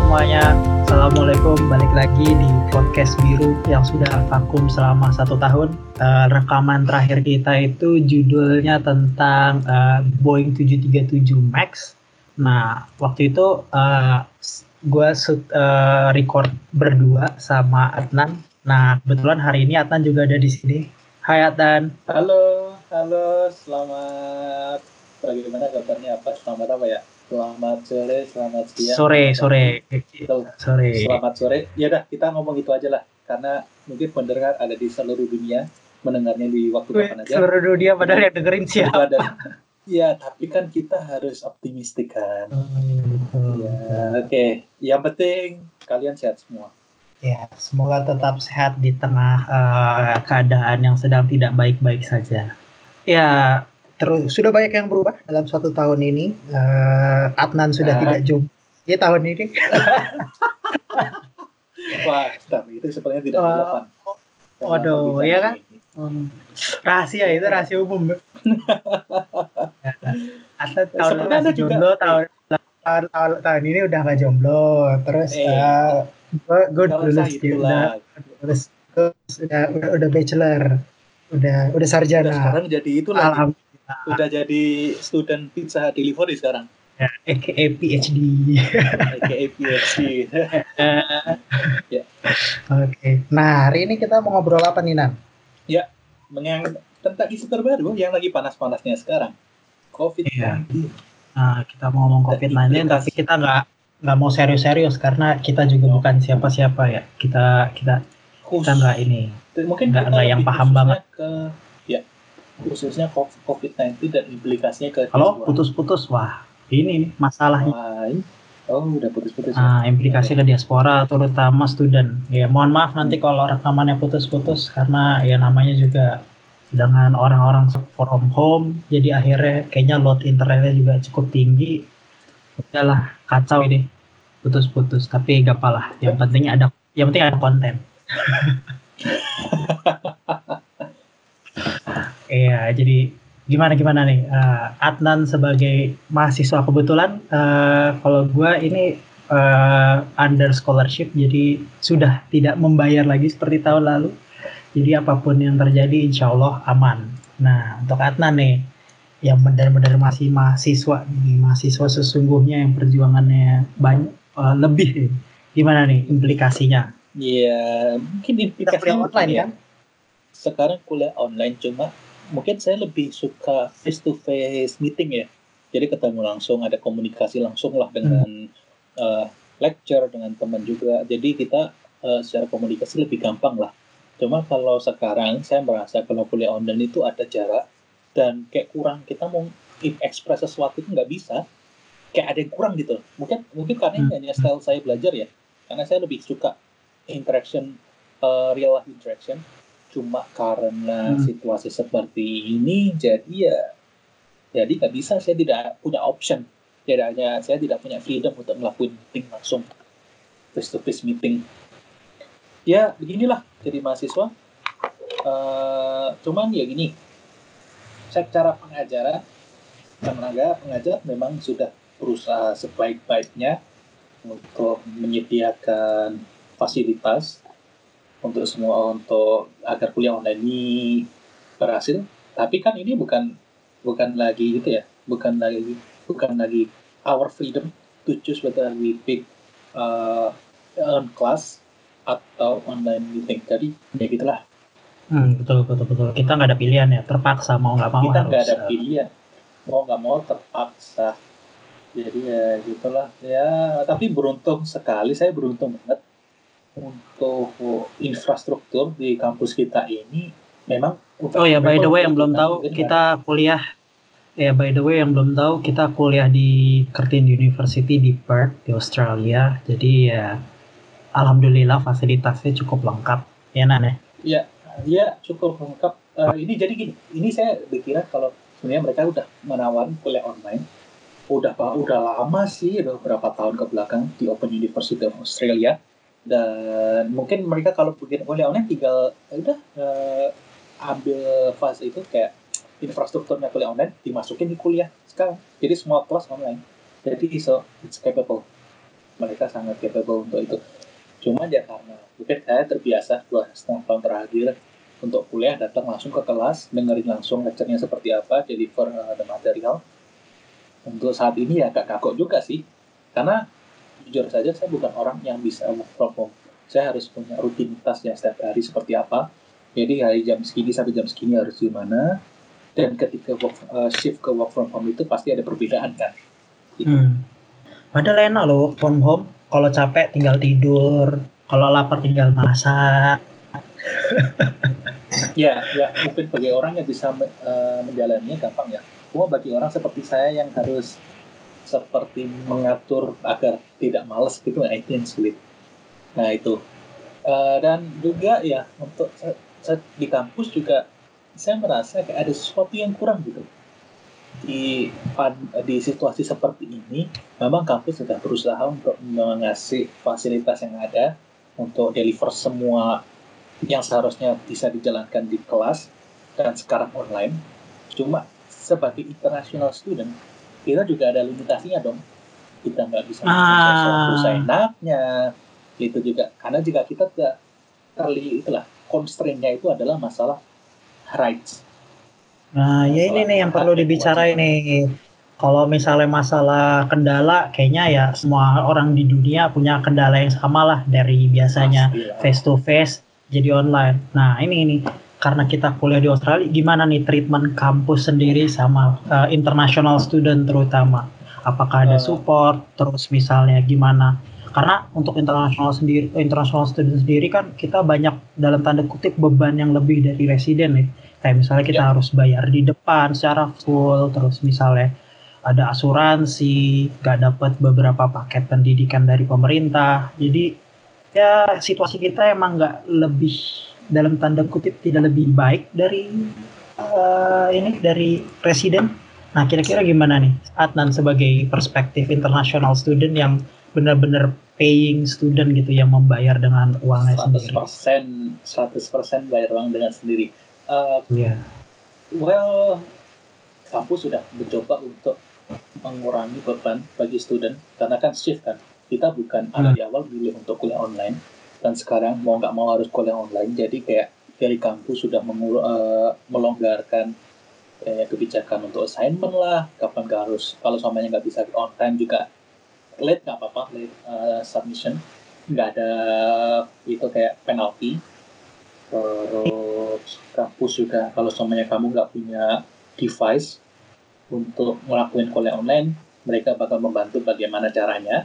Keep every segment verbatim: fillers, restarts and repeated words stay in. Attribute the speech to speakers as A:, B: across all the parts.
A: semuanya, Assalamualaikum. Balik lagi di podcast biru yang sudah vakum selama satu tahun. Uh, rekaman terakhir kita itu judulnya tentang uh, Boeing tujuh tiga tujuh Max. Nah, waktu itu uh, gue uh, record berdua sama Adnan. Nah, kebetulan hari ini Adnan juga ada di sini. Hai Adnan.
B: Halo, halo, selamat. Bagaimana kabarnya? Apa? Selamat apa ya? Selamat sore, selamat siang.
A: Sore,
B: selamat
A: sore.
B: Betul.
A: Sore.
B: Selamat sore. Ya dah, kita ngomong itu aja lah. Karena mungkin pendengar ada di seluruh dunia, mendengarnya di waktu
A: Wih,
B: kapan aja.
A: Seluruh dunia padahal yang dengerin siapa?
B: Ya, tapi kan kita harus optimistik kan.
A: Hmm,
B: ya, oke. Okay. Yang penting kalian sehat semua.
A: Ya, semoga tetap sehat di tengah uh, keadaan yang sedang tidak baik-baik saja. Ya, terus sudah banyak yang berubah dalam satu tahun ini. Uh, Adnan sudah uh. tidak jomblo di tahun ini.
B: Wah, tapi itu sepertinya tidak relevan.
A: Oh, waduh, ya kan? Hmm. Rahasia itu rahasia umum. Atau tahun lalu masih jomblo, tahun, tahun, tahun, tahun ini udah gak jomblo. Terus eh, uh, gue gue lulus udah, terus udah, udah udah bachelor, udah udah sarjana.
B: Udah sekarang jadi itu lagi. Udah jadi student pizza delivery sekarang.
A: Ya, A K A P H D.
B: A K A P H D.
A: Ya. Oke. Okay. Nah, hari ini kita mau ngobrol apa nih, Nan?
B: Ya, mengenai tentang isu terbaru yang lagi panas-panasnya sekarang. covid sembilan belas.
A: Iya. Nah, kita mau ngomong covid sembilan belas, tapi kita nggak nggak mau serius-serius karena kita juga oh. bukan siapa-siapa ya. Kita kita Khusus. kita nggak ini.
B: Mungkin
A: nggak nggak yang paham banget.
B: Ke, ya, khususnya covid sembilan belas dan implikasinya ke.
A: Kalau putus-putus, wah ini nih masalahnya.
B: Wah, oh, udah putus-putus.
A: Nah, implikasi ke diaspora, terutama student. Ya, mohon maaf nanti kalau rekamannya putus-putus karena ya namanya juga dengan orang-orang from home, jadi akhirnya kayaknya load internetnya juga cukup tinggi. Udahlah, kacau ini, putus-putus. Tapi gak apalah, yang penting ada, yang penting ada konten. Iya, jadi gimana gimana nih, uh, Adnan sebagai mahasiswa kebetulan, uh, kalau gue ini uh, under scholarship, jadi sudah tidak membayar lagi seperti tahun lalu. Jadi apapun yang terjadi insya Allah aman. Nah, untuk Adnan nih, yang benar-benar masih mahasiswa nih, mahasiswa sesungguhnya yang perjuangannya banyak, uh, lebih, gimana nih implikasinya?
B: Iya, mungkin implikasinya
A: online ya? Kan?
B: Sekarang kuliah online, cuma mungkin saya lebih suka face to face meeting ya. Jadi ketemu langsung, ada komunikasi langsung lah dengan hmm. uh, lecture, dengan teman juga. Jadi kita uh, secara komunikasi lebih gampang lah. Cuma kalau sekarang saya merasa kalau kuliah online itu ada jarak dan kayak kurang, kita mau ekspres sesuatu itu nggak bisa, kayak ada yang kurang gitu. Mungkin mungkin karena ini hanya style saya belajar ya, karena saya lebih suka interaction, uh, real life interaction. Cuma karena hmm. situasi seperti ini, jadi ya, jadi nggak bisa, saya tidak punya option. Jadi hanya saya tidak punya freedom untuk melakukan meeting langsung, face to face meeting. Ya beginilah jadi mahasiswa. Uh, cuman ya gini, secara pengajaran, tenaga pengajar memang sudah berusaha sebaik-baiknya untuk menyediakan fasilitas untuk semua, untuk agar kuliah online ini berhasil. Tapi kan ini bukan bukan lagi gitu ya, bukan lagi bukan lagi our freedom to choose whether we pick uh, on class atau online meeting. Jadi ya gitulah.
A: Hmm, betul betul betul. Kita nggak ada pilihan ya, terpaksa mau nggak mau.
B: Kita nggak
A: harus,
B: ada pilihan, mau nggak mau terpaksa. Jadi ya gitulah ya. Tapi beruntung sekali, saya beruntung banget. Untuk infrastruktur di kampus kita ini memang.
A: Oh ya, by the way yang belum tahu, kita kuliah ya by the way yang belum tahu kita kuliah di Curtin University di Perth di Australia. Jadi ya alhamdulillah fasilitasnya cukup lengkap ya Nan ya.
B: Iya, iya cukup lengkap. Uh, ini jadi gini, ini saya berkira kalau sebenarnya mereka udah menawarkan kuliah online udah udah lama sih, udah beberapa tahun ke belakang di Open University of Australia. Dan mungkin mereka kalau bikin kuliah online tinggal udah uh, ambil fase itu kayak infrastrukturnya kuliah online dimasukin di kuliah sekarang. Jadi semua kelas online. Jadi so it's capable. mereka sangat capable untuk itu. Cuma ya karena mungkin saya terbiasa dua setengah tahun terakhir untuk kuliah datang langsung ke kelas, dengerin langsung lecture-nya seperti apa, deliver uh, the material. Untuk saat ini ya agak kagok juga sih, karena jujur saja saya bukan orang yang bisa work from home. Saya harus punya rutinitas yang setiap hari seperti apa. Jadi hari jam segini sampai jam segini harus gimana. Dan ketika work, uh, shift ke work from home itu pasti ada perbedaan kan. Gitu.
A: Hmm. Padahal enak loh work from home. Kalau capek tinggal tidur, kalau lapar tinggal masak.
B: Ya, ya mungkin bagi orang yang bisa uh, menjalaninya gampang ya. Cuma bagi orang seperti saya yang harus seperti mengatur agar tidak malas gitu, nah itu yang sulit. Nah itu. Uh, dan juga ya untuk saya, saya di kampus juga saya merasa kayak ada sesuatu yang kurang gitu. Di di situasi seperti ini, memang kampus sudah berusaha untuk mengasih fasilitas yang ada untuk deliver semua yang seharusnya bisa dijalankan di kelas dan sekarang online. Cuma sebagai international student, kita juga ada limitasinya dong. Kita nggak bisa bikin sesuatu seenaknya. Itu juga karena jika kita tidak terli itulah constraint-nya itu adalah masalah rights.
A: Nah, masalah ya ini nih yang perlu dibicarain nih. Kalau misalnya masalah kendala, kayaknya ya semua orang di dunia punya kendala yang sama lah, dari biasanya face to face jadi online. Nah ini ini karena kita kuliah di Australia, gimana nih treatment kampus sendiri sama uh, international student terutama? Apakah ada support? Terus misalnya gimana? Karena untuk international sendiri, international student sendiri kan kita banyak dalam tanda kutip beban yang lebih dari residen nih. Kayak misalnya kita yeah. harus bayar di depan secara full, terus misalnya ada asuransi, nggak dapat beberapa paket pendidikan dari pemerintah. Jadi ya situasi kita emang nggak lebih dalam tanda kutip tidak lebih baik dari uh, ini dari residen. Nah kira-kira gimana nih Adnan sebagai perspektif international student yang benar-benar paying student gitu, yang membayar dengan uangnya sendiri.
B: seratus persen bayar uang dengan sendiri. Uh,
A: yeah.
B: Well, kampus sudah mencoba untuk mengurangi beban bagi student karena kan shift kan. Kita bukan ada hmm. di awal pilih untuk kuliah online dan sekarang mau nggak mau harus kuliah online. Jadi kayak dari kampus sudah mengur- uh, melonggarkan kayak kebijakan untuk assignment lah, kapan nggak harus, kalau samanya nggak bisa on time juga late nggak apa-apa, late uh, submission nggak ada itu kayak penalti. Terus kampus juga kalau samanya kamu nggak punya device untuk ngelakuin kuliah online, mereka bakal membantu bagaimana caranya.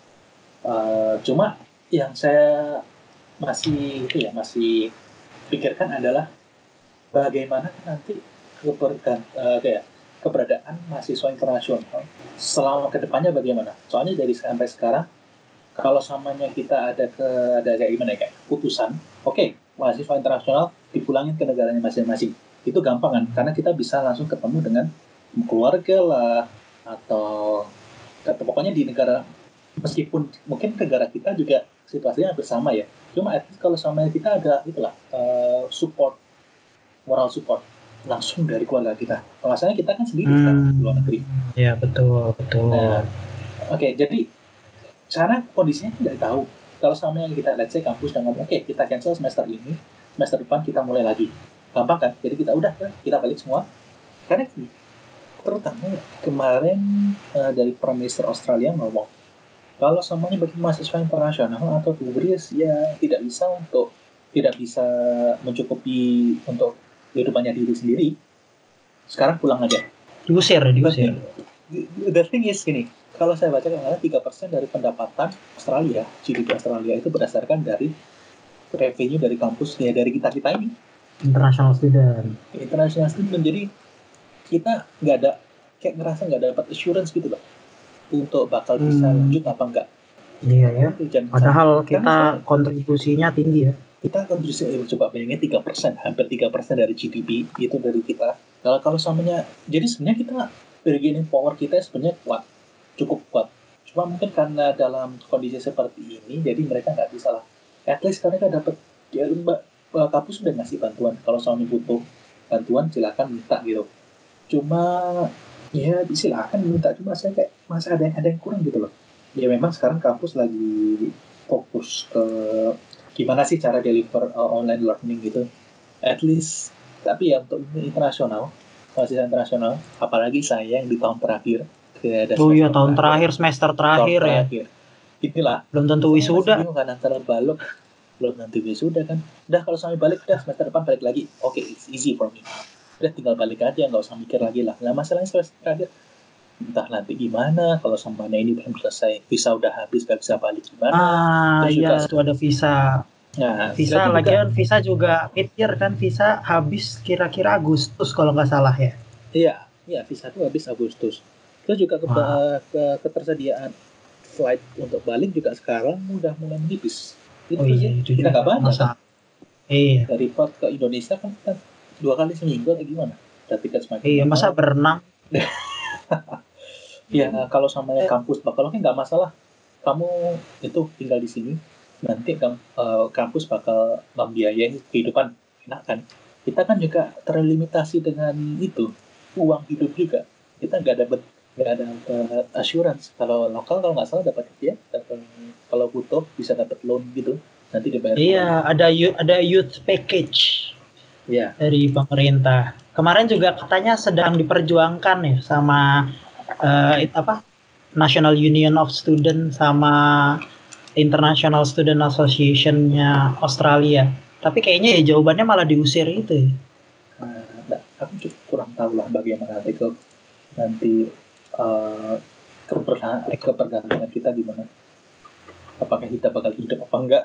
B: Uh, cuma yang saya masih itu ya masih pikirkan adalah bagaimana nanti kebergan, uh, kayak keberadaan mahasiswa internasional selama kedepannya bagaimana. Soalnya dari sampai sekarang kalau samanya kita ada ke ada kayak gimana ya, kayak putusan, oke okay, mahasiswa internasional dipulangin ke negaranya masing-masing, itu gampang kan karena kita bisa langsung ketemu dengan keluarga lah atau pokoknya di negara, meskipun mungkin negara kita juga situasinya hampir sama ya, cuma at least kalau samanya kita ada itulah uh, support, moral support langsung dari keluarga kita. Masalahnya kita kan sendiri hmm. sekarang di luar negeri.
A: Ya betul betul.
B: Nah, oke okay, jadi sekarang kondisinya tidak tahu. Kalau sama yang kita let's say kampus dan ngomong oke okay, kita cancel semester ini, semester depan kita mulai lagi, gampang kan? Jadi kita udah kita balik semua. Karena terutama kemarin uh, dari Prime Minister Australia ngomong kalau samanya bagi mahasiswa internasional atau turis ya tidak bisa untuk tidak bisa mencukupi untuk kehidupannya diri sendiri, sekarang pulang aja.
A: Diusir, diusir.
B: The, the thing is gini, kalau saya baca kadang-kadang tiga persen dari pendapatan Australia, G D P Australia itu berdasarkan dari revenue dari kampus ya, dari kita kita ini.
A: International student.
B: International student, jadi kita nggak ada kayak ngerasa nggak dapat assurance gitu loh untuk bakal bisa hmm. lanjut apa enggak.
A: Iya ya. Padahal kita kontribusinya tinggi ya.
B: Kita kontribusi eh, coba bayangin tiga persen, hampir tiga persen dari G D P itu dari kita. Kalau kalau samanya, jadi sebenarnya kita bargaining power kita sebenarnya kuat, cukup kuat. Cuma mungkin karena dalam kondisi seperti ini, jadi mereka nggak bisa lah. At least mereka dapat, ya, kampus sudah ngasih bantuan. Kalau samanya butuh bantuan, silakan minta gitu. Cuma ya silakan minta, cuma saya kayak masa ada yang ada yang kurang gitu loh. Ya memang sekarang kampus lagi fokus ke gimana sih cara deliver uh, online learning gitu. At least, tapi ya untuk internasional, mahasiswa internasional, apalagi saya yang di tahun terakhir, tidak ada
A: Oh iya,
B: semester
A: tahun
B: terakhir,
A: terakhir, semester
B: tahun
A: terakhir ya.
B: terakhir. Inilah,
A: Belum tentu
B: saya masih
A: wisuda.
B: bingung kan antara balok, belum nanti wisuda kan. Udah kalau sampai balik, udah semester depan balik lagi. Oke, okay, it's easy for me. Udah tinggal balik aja, nggak usah mikir lagi lah. Nah masalahnya semester terakhir, entah nanti gimana, kalau semuanya ini belum selesai, visa udah habis, nggak bisa balik gimana.
A: Ah
B: Terus
A: iya,
B: juga,
A: itu ada visa.
B: nah,
A: Visa
B: lagi juga,
A: lagian visa juga mid year kan, visa habis kira-kira Agustus kalau nggak salah ya.
B: iya, iya visa itu habis Agustus. Terus juga ke,
A: Wah.
B: ke ketersediaan flight untuk balik juga sekarang udah mulai menipis. Itu
A: Oh iya,
B: sih,
A: itu
B: kita
A: juga
B: nggak banyak kan.
A: Iya.
B: Dari Perth ke Indonesia kan kita dua kali seminggu atau gimana? Ada tiket semakin
A: Iya,
B: mahal.
A: masa berenang?
B: Ya kalau sama kampus bakal nggak masalah. Kamu itu tinggal di sini, nanti uh, kampus bakal membiayai kehidupan, enak kan? Kita kan juga terlimitasi dengan itu, uang hidup juga. Kita nggak dapat nggak ada assurance. Kalau lokal kalau nggak salah dapat ya, dapat kalau butuh bisa dapat loan gitu, nanti dibayar.
A: Iya, kembali. ada youth, ada youth package
B: ya.
A: dari pemerintah. Kemarin juga katanya sedang diperjuangkan ya sama uh, it, apa National Union of Student sama International Student Association-nya Australia. Tapi kayaknya ya jawabannya malah diusir itu ya.
B: Nah, aku juga kurang tahu lah bagaimana nanti ke nanti uh, kepergantungan kita gimana. Apakah kita bakal hidup apa enggak?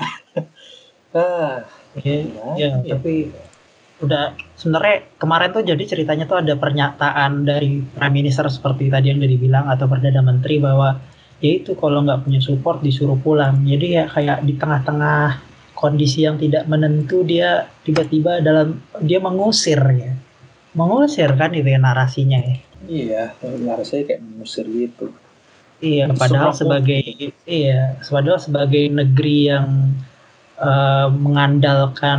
B: ah,
A: ya, ya, ya, tapi udah sebenarnya kemarin tuh jadi ceritanya tuh ada pernyataan dari Prime Minister seperti tadi yang udah dibilang atau Perdana Menteri bahwa ya itu kalau nggak punya support disuruh pulang. Jadi ya kayak di tengah-tengah kondisi yang tidak menentu dia tiba-tiba dalam dia mengusir ya. Mengusir kan itu ya narasinya ya.
B: Iya, narasinya kayak mengusir gitu.
A: Iya, padahal sebagai gitu. iya, padahal sebagai negeri yang uh, mengandalkan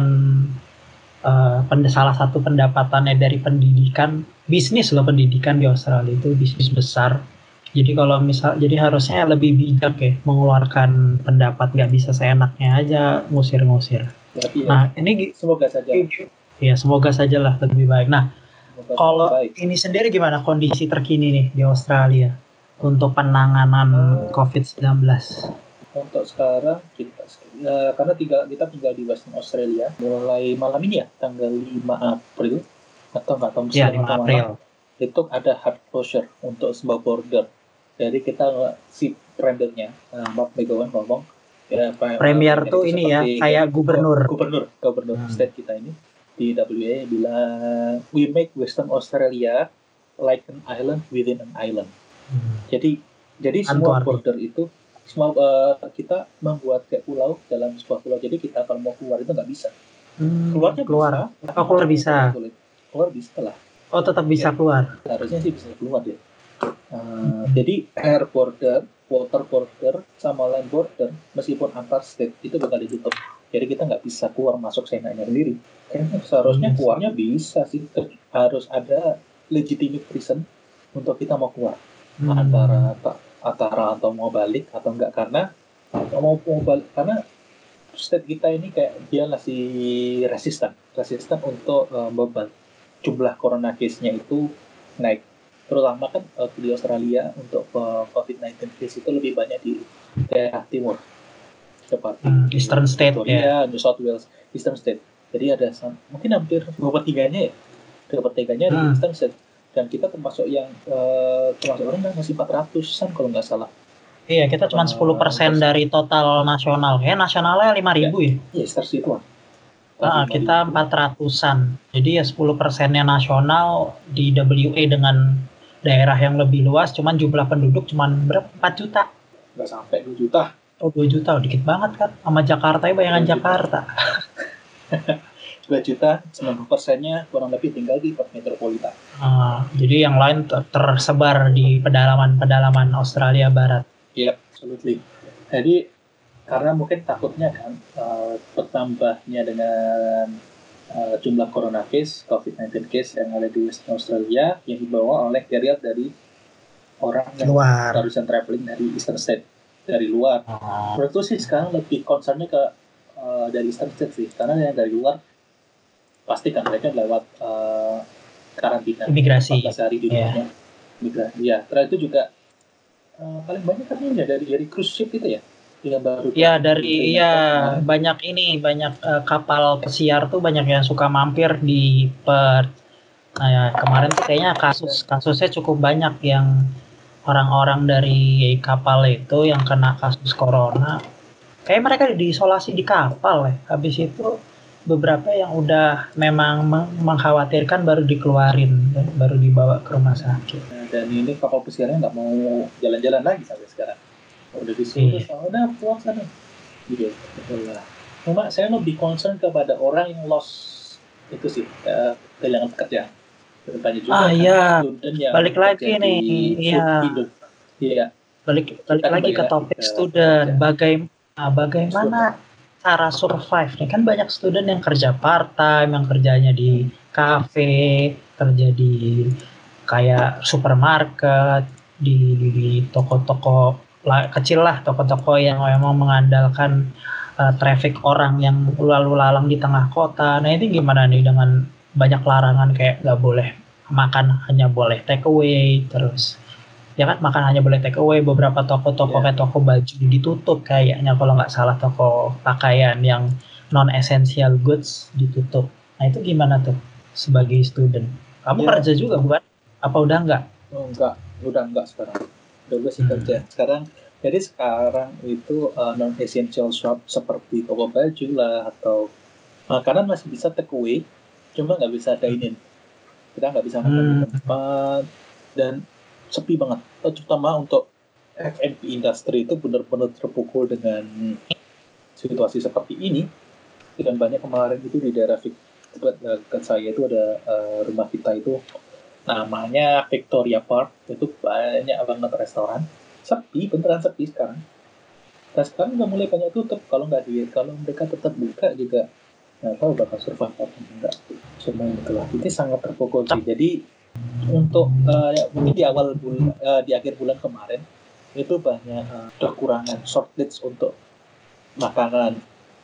A: uh, salah satu pendapatannya dari pendidikan, bisnis loh pendidikan di Australia itu bisnis besar. Jadi kalau misal, jadi harusnya lebih bijak ya mengeluarkan pendapat, nggak bisa seenaknya aja ngusir-ngusir.
B: Ya,
A: nah ini
B: semoga saja.
A: Ya semoga saja lah lebih baik. Nah kalau ini sendiri gimana kondisi terkini nih di Australia untuk penanganan uh, covid sembilan belas?
B: Untuk sekarang kita uh, karena tinggal, kita tinggal di Western Australia mulai malam ini ya tanggal lima April atau nggak tahu
A: ya, lima April
B: itu ada hard closure untuk sebuah border. Jadi kita si premiernya uh, Mark McGowan ngomong
A: ya, Premier uh, tuh ini ya kayak gubernur
B: gubernur gubernur hmm. state kita ini di W A bilang we make Western Australia like an island within an island. Hmm. Jadi jadi semua Antuardi. border itu semua uh, kita membuat kayak pulau dalam sebuah pulau. Jadi kita kalau mau keluar itu nggak bisa.
A: Hmm,
B: Keluarnya
A: keluar.
B: bisa.
A: Oh, keluar bisa.
B: Keluar bisa lah.
A: Oh, tetap bisa ya, keluar.
B: Harusnya sih bisa keluar ya. Uh, hmm. Jadi air border, water border, sama land border meskipun antar state itu bakal ditutup. Jadi kita nggak bisa keluar masuk seenaknya sendiri. Kayaknya seharusnya hmm. keluarnya bisa sih. Harus ada legitimate reason untuk kita mau keluar. Hmm. Antara antara atau mau balik atau enggak, karena atau mau mau balik karena state kita ini kayak dia masih resisten, resisten untuk uh, beban jumlah corona case-nya itu naik. Terutama kan uh, di Australia untuk uh, covid sembilan belas case itu lebih banyak di daerah timur. Seperti
A: hmm, Eastern State
B: Victoria, ya. New South Wales, Eastern State. Jadi ada mungkin hampir dua per tiganya ya, dua per tiganya hmm. di Eastern State. Dan kita termasuk yang uh, termasuk orang kan masih empat ratusan kalau nggak salah.
A: Iya, kita cuma sepuluh persen dari total nasional. Ya, nasionalnya lima ribu ya?
B: Iya, sekitar itu.
A: Nah, kita empat ratusan. Jadi ya sepuluh persennya nasional di W A dengan daerah yang lebih luas, cuman jumlah penduduk cuman berapa? empat juta.
B: Nggak sampai dua juta.
A: Oh, dua juta, dikit banget kan? Sama Jakarta, ya bayangan Jakarta.
B: dua juta, sembilan puluh persennya kurang lebih tinggal di Perth Metropolitan.
A: Ah, jadi yang lain ter- tersebar di pedalaman-pedalaman Australia Barat.
B: Iya, yep, absolutely. Jadi karena mungkin takutnya kan uh, bertambahnya dengan uh, jumlah corona case, covid sembilan belas case yang ada di Western Australia yang dibawa oleh carrier dari orang yang barusan traveling dari Eastern State. dari luar.
A: Oh.
B: Menurutku sih sekarang lebih concernnya ke uh, dari Eastern State sih, karena yang dari luar pasti kan mereka lewat uh, karantina
A: Imigrasi.
B: empat belas hari di rumahnya. Migrasi. Ya, terus itu juga uh, paling banyak kan ini ya dari dari cruise ship itu ya. Yang baru
A: Ya dari
B: di-
A: ya
B: kemarin.
A: banyak ini banyak uh, kapal pesiar tuh banyak yang suka mampir di Perth. Nah, ya, kemarin tuh kayaknya kasus kasusnya cukup banyak yang orang-orang dari kapal itu yang kena kasus corona. Kayak mereka diisolasi di kapal ya. Habis itu beberapa yang udah memang meng- mengkhawatirkan baru dikeluarin, baru dibawa ke rumah sakit.
B: Nah, dan ini kapal pesiarnya nggak mau jalan-jalan lagi sampai sekarang. Udah disuruh,
A: Iya.
B: oh, udah pulang sana. Gitu, betul lah. Cuma saya lebih concern kepada orang yang lost itu sih, uh, kehilangan pekerjaan. Banyak juga
A: Ah
B: kan
A: iya,
B: student yang
A: balik lagi
B: kerja
A: nih,
B: di
A: iya.
B: food industry. Iya,
A: Balik balik
B: Kita kan
A: lagi ke
B: banyak
A: topik
B: ke
A: student.
B: pekerja.
A: Bagaimana bagaimana cara survive nih? Kan banyak student yang kerja part time, yang kerjanya di kafe, kerja di kayak supermarket, di di, di toko-toko la- kecil lah, toko-toko yang memang mengandalkan uh, traffic orang yang lalu lalang di tengah kota. Nah ini gimana nih dengan banyak larangan kayak nggak boleh makan, hanya boleh take away, terus ya kan makan hanya boleh take away, beberapa toko-toko
B: Yeah.
A: kayak toko baju ditutup kayaknya kalau nggak salah, toko pakaian yang non essential goods ditutup. Nah itu gimana tuh sebagai student? Kamu
B: Yeah.
A: kerja juga bukan? Apa udah enggak?
B: Oh, enggak, udah enggak sekarang. Dulu sih
A: Hmm.
B: kerja. Sekarang jadi sekarang itu uh, non essential shop seperti toko baju lah atau makanan masih bisa take away, cuma nggak bisa dine in. Kita nggak bisa makan di
A: Hmm.
B: tempat dan sepi banget. Terutama untuk F and B industri itu benar-benar terpukul dengan situasi seperti ini. Dan banyak kemarin itu di daerah dekat saya itu ada uh, rumah kita itu namanya Victoria Park, itu banyak banget restoran, sepi, beneran sepi sekarang. Dan sekarang udah mulai banyak tutup. Kalau nggak di, kalau mereka tetap buka juga nggak tahu bakal survive atau enggak. Cuma itulah, ini sangat terpukul sih. Jadi untuk uh, ya, mungkin di awal bulan, uh, di akhir bulan kemarin itu banyak uh, kekurangan shortage untuk makanan.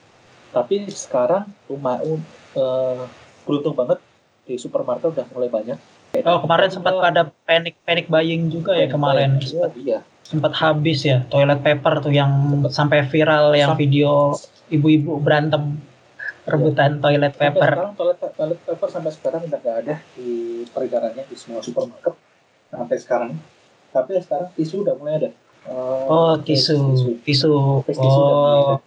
B: Tapi sekarang rumah uh, beruntung banget di supermarket udah mulai banyak.
A: Oh kemarin sempat pada panic panic buying juga ya kemarin.
B: Sempat, iya.
A: Sempat habis ya toilet paper tuh yang sempat sampai viral yang video ibu-ibu berantem rebutan ya. Toilet paper.
B: Sampai sekarang toilet, toilet paper sampai sekarang udah nggak ada di peredarannya di semua supermarket sampai sekarang. Tapi sekarang tisu udah mulai ada.
A: Uh, oh tisu, tisu, tisu. tisu oh. Udah mulai ada.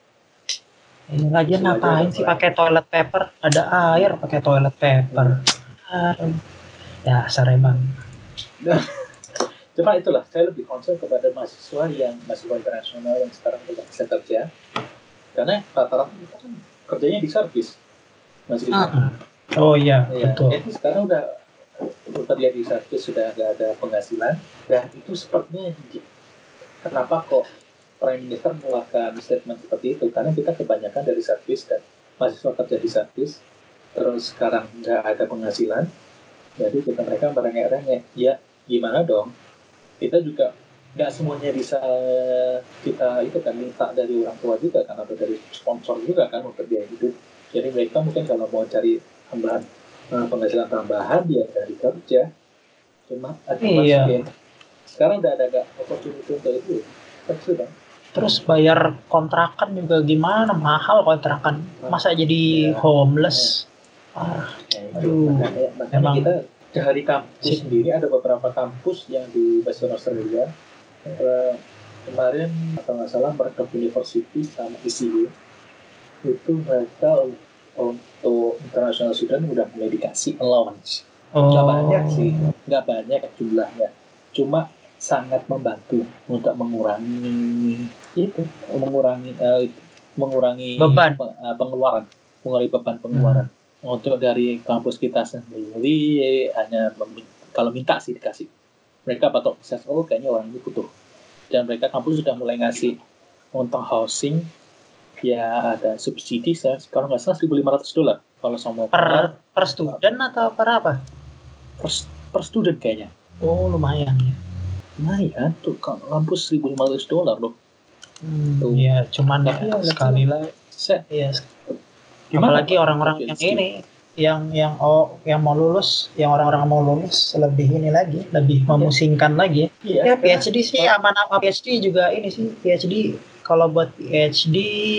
A: Ini lagi ngapain sih pakai toilet paper? Ada air pakai toilet paper. Hmm. Ya, Sareman.
B: Cuma itulah, saya lebih concern kepada mahasiswa yang mahasiswa internasional yang sekarang tidak bisa kerja. Karena rata-rata kita kan kerjanya di servis. Masih
A: uh-huh. Oh iya, ya, betul.
B: Jadi sekarang udah kerja di servis sudah nggak ada penghasilan. Dan itu sepertinya kenapa kok Prime Minister mengeluarkan statement seperti itu? Karena kita kebanyakan dari servis dan mahasiswa kerja di servis, terus sekarang nggak ada penghasilan. Jadi kita mereka merengek-rengek, ya gimana dong? Kita juga nggak semuanya bisa kita itu kan minta dari orang tua juga kan atau dari sponsor juga kan untuk biaya hidup. Jadi mereka mungkin kalau mau cari tambahan penghasilan tambahan dia dari kerja. Cuma
A: iya.
B: Masukin. Sekarang udah ada nggak opportunity untuk itu? Sudah.
A: Terus bayar kontrakan juga gimana? Mahal kontrakan. Masa jadi ya, homeless? Ya. Ah,
B: aduh, makanya, makanya
A: emang
B: kita dari kampus sih. Sendiri ada beberapa kampus yang di Western Australia uh, kemarin atau nggak salah mereka University sama E C U itu mereka untuk international student udah mulai dikasih allowance.
A: Oh.
B: Nggak banyak sih, nggak banyak jumlahnya, cuma sangat membantu untuk mengurangi itu, mengurangi uh, mengurangi
A: beban
B: uh, pengeluaran, mengurangi beban pengeluaran. Hmm. Untuk dari kampus kita sendiri hanya kalau minta sih dikasih. Mereka bakal proses, oh kayaknya orang ini butuh. Dan mereka kampus sudah mulai ngasih untuk housing ya ada subsidi saya sekarang nggak salah seribu lima ratus dolar kalau sama
A: per per student atau per apa?
B: Per, per student kayaknya.
A: Oh lumayan ya.
B: Lumayan tuh kampus seribu lima ratus dolar loh.
A: Hmm,
B: Tuh.
A: ya cuman
B: Tapi
A: ya,
B: ya,
A: sekali
B: lah.
A: lagi ya,
B: Gimana,
A: apalagi
B: Pak?
A: orang-orang
B: P
A: yang
B: H D?
A: ini yang yang oh yang mau lulus, yang orang-orang mau lulus lebih ini lagi, lebih memusingkan lagi.
B: Iya,
A: Ya PhD sih aman-aman, PhD juga ini sih PhD kalau buat PhD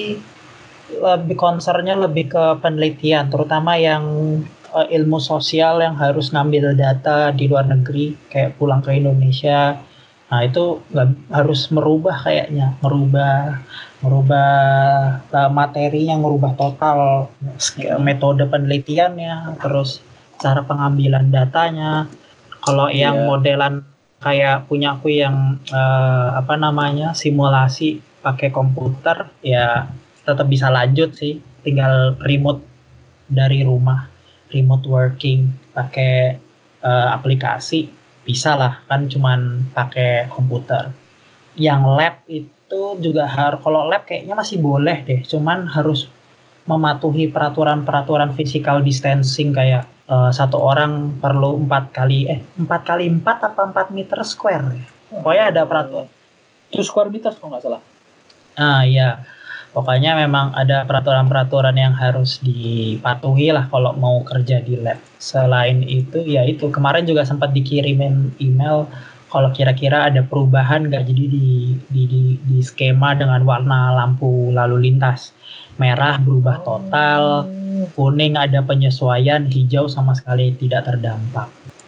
A: lebih concernnya lebih ke penelitian, terutama yang uh, ilmu sosial yang harus ngambil data di luar negeri, kayak pulang ke Indonesia. Nah itu nggak harus merubah kayaknya, merubah merubah uh, materinya, merubah total
B: Hmm.
A: metode penelitiannya, terus cara pengambilan datanya. Kalau
B: Iya.
A: yang modelan kayak punya aku yang uh, apa namanya simulasi pakai komputer, ya tetap bisa lanjut sih, tinggal remote dari rumah, remote working pakai uh, aplikasi bisa lah, kan cuman pakai komputer. Yang lab itu juga harus, kalau lab kayaknya masih boleh deh, cuman harus mematuhi peraturan-peraturan physical distancing, kayak uh, satu orang perlu empat kali eh empat kali empat apa empat meter square ya. Pokoknya ada peraturan.
B: Itu square meter kalau nggak salah.
A: Ah iya, pokoknya memang ada peraturan-peraturan yang harus dipatuhi lah kalau mau kerja di lab. Selain itu, ya itu kemarin juga sempat dikirimin email kalau kira-kira ada perubahan nggak, jadi di, di, di, di skema dengan warna lampu lalu lintas. Merah berubah total, kuning ada penyesuaian, hijau sama sekali tidak terdampak.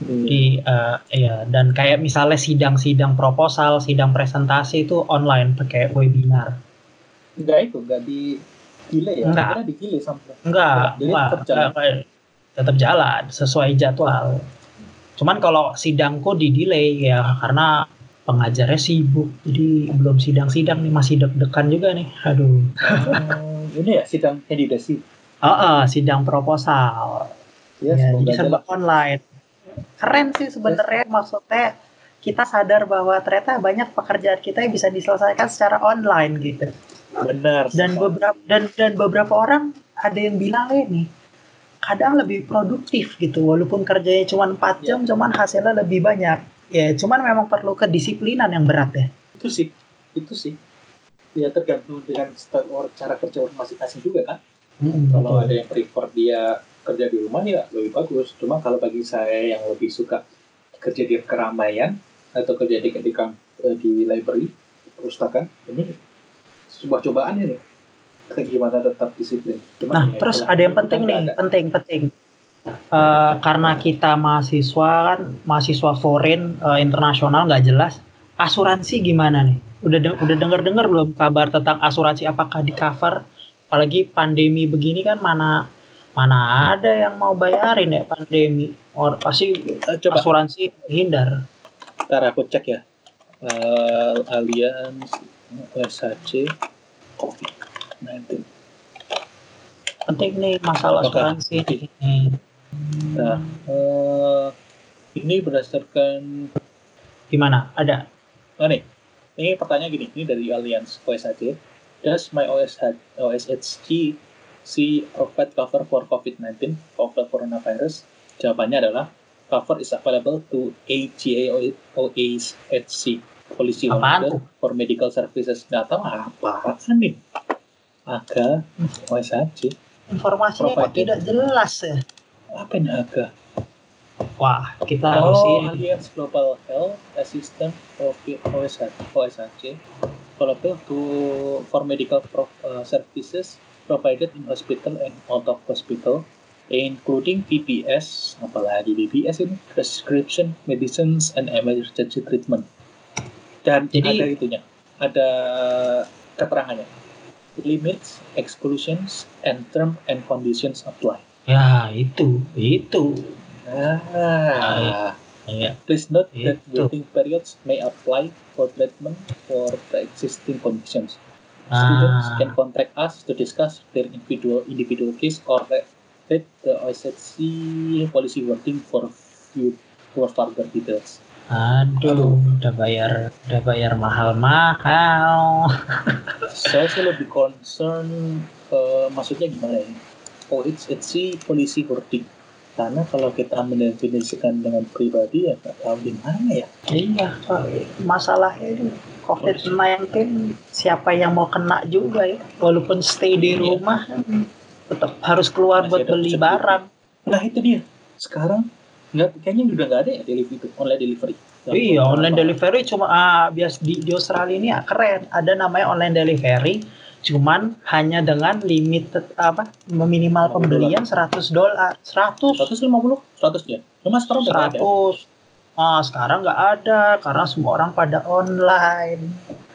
A: Di uh, ya, dan kayak misalnya sidang-sidang proposal, sidang presentasi itu online pakai webinar.
B: Enggak itu, enggak di delay ya?
A: Enggak.
B: Kira di delay sampai.
A: Enggak,
B: Jadi
A: enggak,
B: tetap jalan.
A: enggak, tetap jalan sesuai jadwal. Cuman kalau sidangku di delay ya karena pengajarnya sibuk, jadi belum sidang-sidang nih, masih deg-degan juga nih. Aduh.
B: Oh, ini ya sidang kandidasi.
A: Oh, uh, sidang proposal.
B: Ya,
A: Ya,
B: semoga
A: jadi
B: aja
A: serba
B: lah.
A: online. Keren sih sebenarnya, maksudnya kita sadar bahwa ternyata banyak pekerjaan kita yang bisa diselesaikan secara online gitu.
B: Benar.
A: Dan
B: sekali.
A: beberapa dan dan beberapa orang ada yang bilang ini kadang lebih produktif gitu, walaupun kerjanya cuma empat jam,
B: Ya.
A: cuman hasilnya lebih banyak. Ya, cuman memang perlu kedisiplinan yang berat ya.
B: Itu sih, itu sih. Ya tergantung dengan cara kerja orang masing-masing juga kan.
A: Hmm,
B: kalau
A: betul.
B: ada yang prefer dia kerja di rumah ya lebih bagus. Cuma kalau bagi saya yang lebih suka kerja di keramaian atau kerja di di, di library, perpustakaan, ini sebuah cobaan ini. Gimana tetap disiplin. Cuma
A: Nah,
B: ya,
A: terus
B: itulah.
A: ada yang penting nih,
B: ada.
A: penting penting. Uh, karena kita mahasiswa kan, mahasiswa foreign, uh, internasional nggak jelas. Asuransi gimana nih? Udah de- udah dengar-dengar belum kabar tentang asuransi, apakah di cover? Apalagi pandemi begini kan, mana mana ada yang mau bayarin ya pandemi. Or pasti
B: Uh, coba.
A: asuransi hindar.
B: Ntar aku cek ya. Uh, Allianz O S H C COVID sembilan belas.
A: Penting nih masalah
B: Apakah
A: asuransi ini.
B: Nah, uh, ini berdasarkan
A: gimana? Ada?
B: Oh nih, ini pertanyaan gini. Ini dari Allianz O S H C. Does my O S H C see provide cover for COVID sembilan belas, cover coronavirus? Jawabannya adalah cover is available to A G A O S H C, policy holder for medical services. Nggak tahu apa kan nih? Aga O S H C.
A: Informasinya kok tidak jelas ya.
B: Apa ini Aga?
A: Wah, kita
B: oh,
A: harus
B: ini. Allianz Global Health Assistant O S H C. Available to for medical pro, uh, services provided in hospital and out of hospital, including P P S, apalagi P P S ini, prescription medicines and emergency treatment. Dan jadi, ada itunya, ada keterangannya, limits, exclusions, and term and conditions apply.
A: Ya itu, itu.
B: Ah. Yeah. Please note
A: itu.
B: that waiting periods may apply for treatment for the existing conditions. Ah. Students can contact us to discuss their individual individual case or read the O S H C policy wording for few for further details.
A: Aduh, udah bayar, udah bayar mahal-mahal.
B: Saya sih lebih concern, uh, maksudnya gimana ya? O S H C policy wording. Karena kalau kita mendefinisikan dengan pribadi ya nggak tahu gimana ya.
A: Iya, Pak. Masalahnya ini covid sembilan belas siapa yang mau kena juga ya. Walaupun stay di rumah tetap harus keluar
B: Masih
A: buat
B: ada
A: beli
B: konsep
A: barang.
B: Nah itu dia. Sekarang nggak, kayaknya udah nggak ada ya delivery itu, online delivery. Yang
A: Iya,
B: apa-
A: online
B: apa-
A: delivery cuma ah, bias di, di Australia ini ya keren. Ada namanya online delivery, cuman hanya dengan limit apa minimal pembelian seratus dolar. seratus
B: seratus lima puluh, seratus ya. Cuma sekarang udah nggak ada.
A: seratus. Ah, sekarang nggak ada karena semua orang pada online.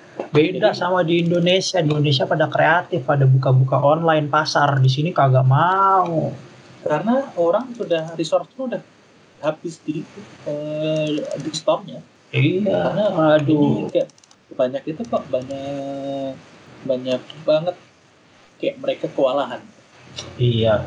A: Beda
B: Jadi-
A: sama di Indonesia. Di Indonesia pada kreatif, pada buka-buka online pasar. Di sini kagak mau.
B: Karena orang sudah resource udah habis di eh, di store-nya.
A: Iya.
B: Karena
A: Aduh.
B: ini kayak banyak itu kok banyak banyak banget kayak mereka kewalahan.
A: Iya.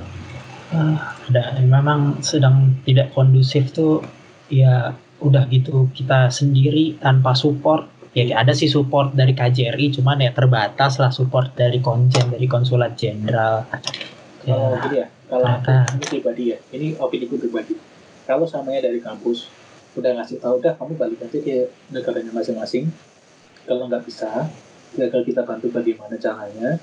A: Ah, ada memang sedang tidak kondusif tuh. Ya udah gitu kita sendiri tanpa support. Ya ada sih support dari K J R I, cuman ya terbatas lah support dari konjen dari konsulat jenderal.
B: Kalau
A: Ya.
B: gitu ya, kalau aku
A: Nah.
B: ini pribadi ya, ini opini ku pribadi. Kalau samanya dari kampus udah ngasih tahu dah kamu balik aja ke negaranya masing-masing. Kalau nggak bisa, gagal kita bantu bagaimana caranya.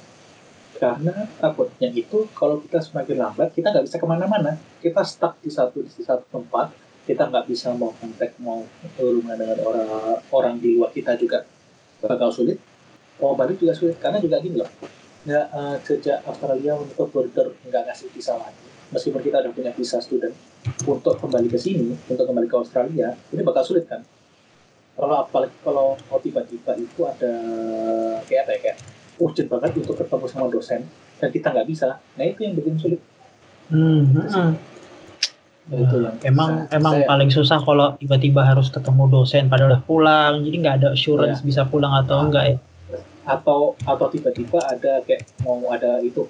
B: Karena takutnya itu kalau kita semakin lambat, kita nggak bisa kemana-mana. Kita stuck di satu di satu tempat. Kita nggak bisa mau kontak, mau berhubungan dengan orang orang di luar kita juga bakal sulit. Mau balik juga sulit karena juga gini loh. Nggak uh, sejak Australia untuk border nggak ngasih visa lagi. Meskipun kita udah punya visa student untuk kembali ke sini, untuk kembali ke Australia, ini bakal sulit kan? Kalau apalagi kalau mau tiba-tiba itu ada kayak apa ya, kayak urgent banget untuk ketemu sama dosen dan kita nggak bisa, nah itu yang bikin sulit.
A: Hmm, hmm.
B: Nah, itu
A: Nah,
B: yang
A: emang
B: saya-
A: emang
B: saya-
A: paling susah kalau tiba-tiba harus ketemu dosen padahal udah pulang, jadi nggak ada assurance
B: Iya.
A: bisa pulang atau enggak ya.
B: atau atau tiba-tiba ada kayak mau ada itu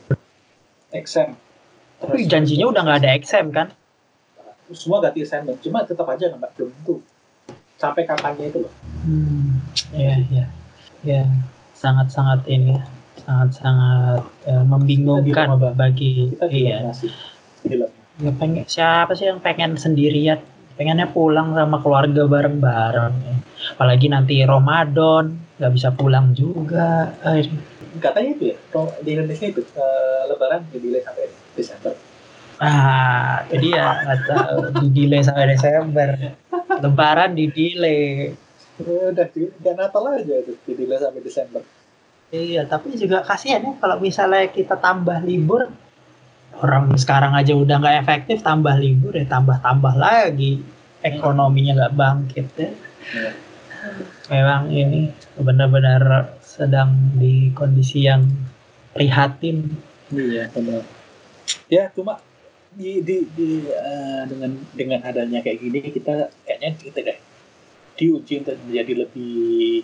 B: exam.
A: Tapi janjinya udah nggak ada exam kan?
B: Semua ganti assignment, cuma tetap aja nggak belum tentu sampai kapannya itu loh.
A: Hmm, ya, ya, ya, sangat-sangat ini, ya, sangat-sangat eh, membingungkan
B: Kita di rumah, Bang.
A: bagi,
B: Kita juga
A: iya.
B: ngasih film.
A: Ya pengen siapa sih yang pengen sendirian? Pengennya pulang sama keluarga bareng-bareng. Ya. Apalagi nanti Ramadan, nggak bisa pulang juga. Aduh.
B: Katanya itu ya, kalau di Indonesia itu eh, Lebaran di-delay sampai Desember.
A: Ah, itu dia nggak tahu di delay sampai Desember. Lebaran di delay.
B: Udah, udah Natal aja itu di-delay sampai Desember.
A: Iya, tapi juga kasihan ya kalau misalnya kita tambah libur. Orang sekarang aja udah nggak efektif, tambah libur ya tambah-tambah lagi. Ekonominya nggak bangkit ya.
B: Ya.
A: Memang ini benar-benar sedang di kondisi yang prihatin.
B: Iya, benar. Ya, cuma di, di, di eh, dengan dengan adanya kayak gini kita kayaknya kita deh diuji untuk menjadi lebih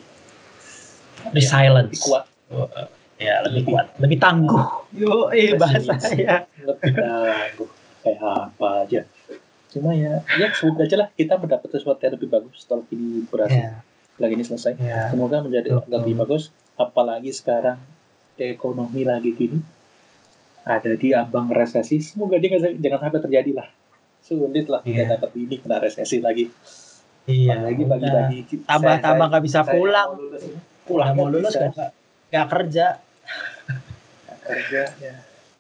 A: Resilience.
B: lebih kuat,
A: Ya, lebih
B: Lebih-
A: kuat, lebih tangguh. Yo, eh bahasa ya.
B: lebih tangguh kayak apa aja. Cuma ya, ya semoga aja lah kita mendapat sesuatu yang lebih bagus setelah ini berhasil,
A: Ya,
B: lagi ini selesai.
A: ya.
B: Semoga menjadi
A: Betul.
B: lebih bagus, apalagi sekarang ekonomi lagi gini ada di ambang resesi. Semoga dia nggak- jangan sampai terjadi lah. Sulit lah kita
A: Iya.
B: dapat ini kena resesi lagi.
A: Iya,
B: Apalagi
A: udah.
B: bagi-bagi
A: Tambah-tambah
B: saya-
A: nggak bisa
B: saya
A: pulang.
B: mau lulus ini.
A: Udah
B: Pulang
A: mau
B: nggak
A: lulus
B: bisa.
A: nggak nggak kerja.
B: Kerja ya.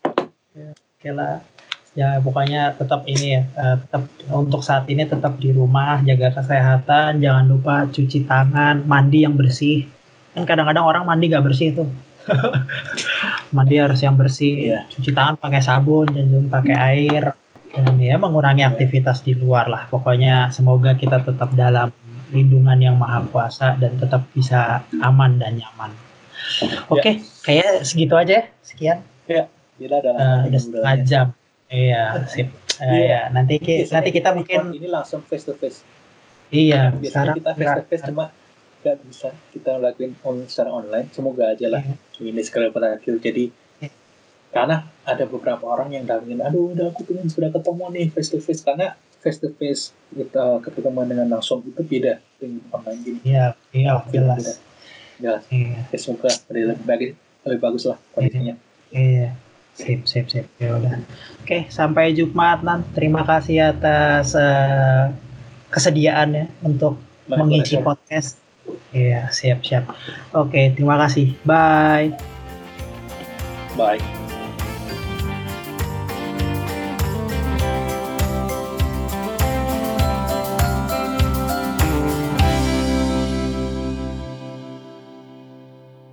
A: Oke lah. Ya pokoknya tetap ini ya, eh, tetap untuk saat ini tetap di rumah, jaga kesehatan, jangan lupa cuci tangan, mandi yang bersih. Kan kadang-kadang orang mandi nggak bersih tuh. Mandi harus yang bersih,
B: Iya.
A: cuci tangan pakai sabun dan jangan pakai air. Dan ya mengurangi aktivitas di luar lah. Pokoknya semoga kita tetap dalam lindungan yang maha kuasa dan tetap bisa aman dan nyaman. Oke, kayak segitu aja ya. Sekian.
B: Gila dalam
A: Uh, udah setengah jam. Iya, sip. Uh,
B: Iya.
A: ya, nanti ki-
B: Biasanya
A: nanti kita
B: record
A: mungkin
B: ini langsung face to face.
A: iya,
B: Biasanya
A: sekarang
B: kita face to face cuma nggak bisa kita lakuin on, secara online. Semoga aja lah ini segera berakhir. Jadi
A: Iya.
B: karena ada beberapa orang yang ingin, aduh udah aku pengen sudah ketemu nih face to face, karena face to face kita ketemu dengan langsung itu beda dengan online gini.
A: Iya, iya,
B: Beda.
A: jelas.
B: Jelas.
A: Iya,
B: Ya, semoga lebih bagus, lebih bagus lah kondisinya.
A: iya. Sip, sip, sip. Ya udah. Oke, sampai jumpa Adnan. Terima kasih atas uh, kesediaannya untuk
B: My
A: mengisi
B: pleasure.
A: podcast. Iya, siap, siap. Oke, terima kasih. Bye.
B: Bye.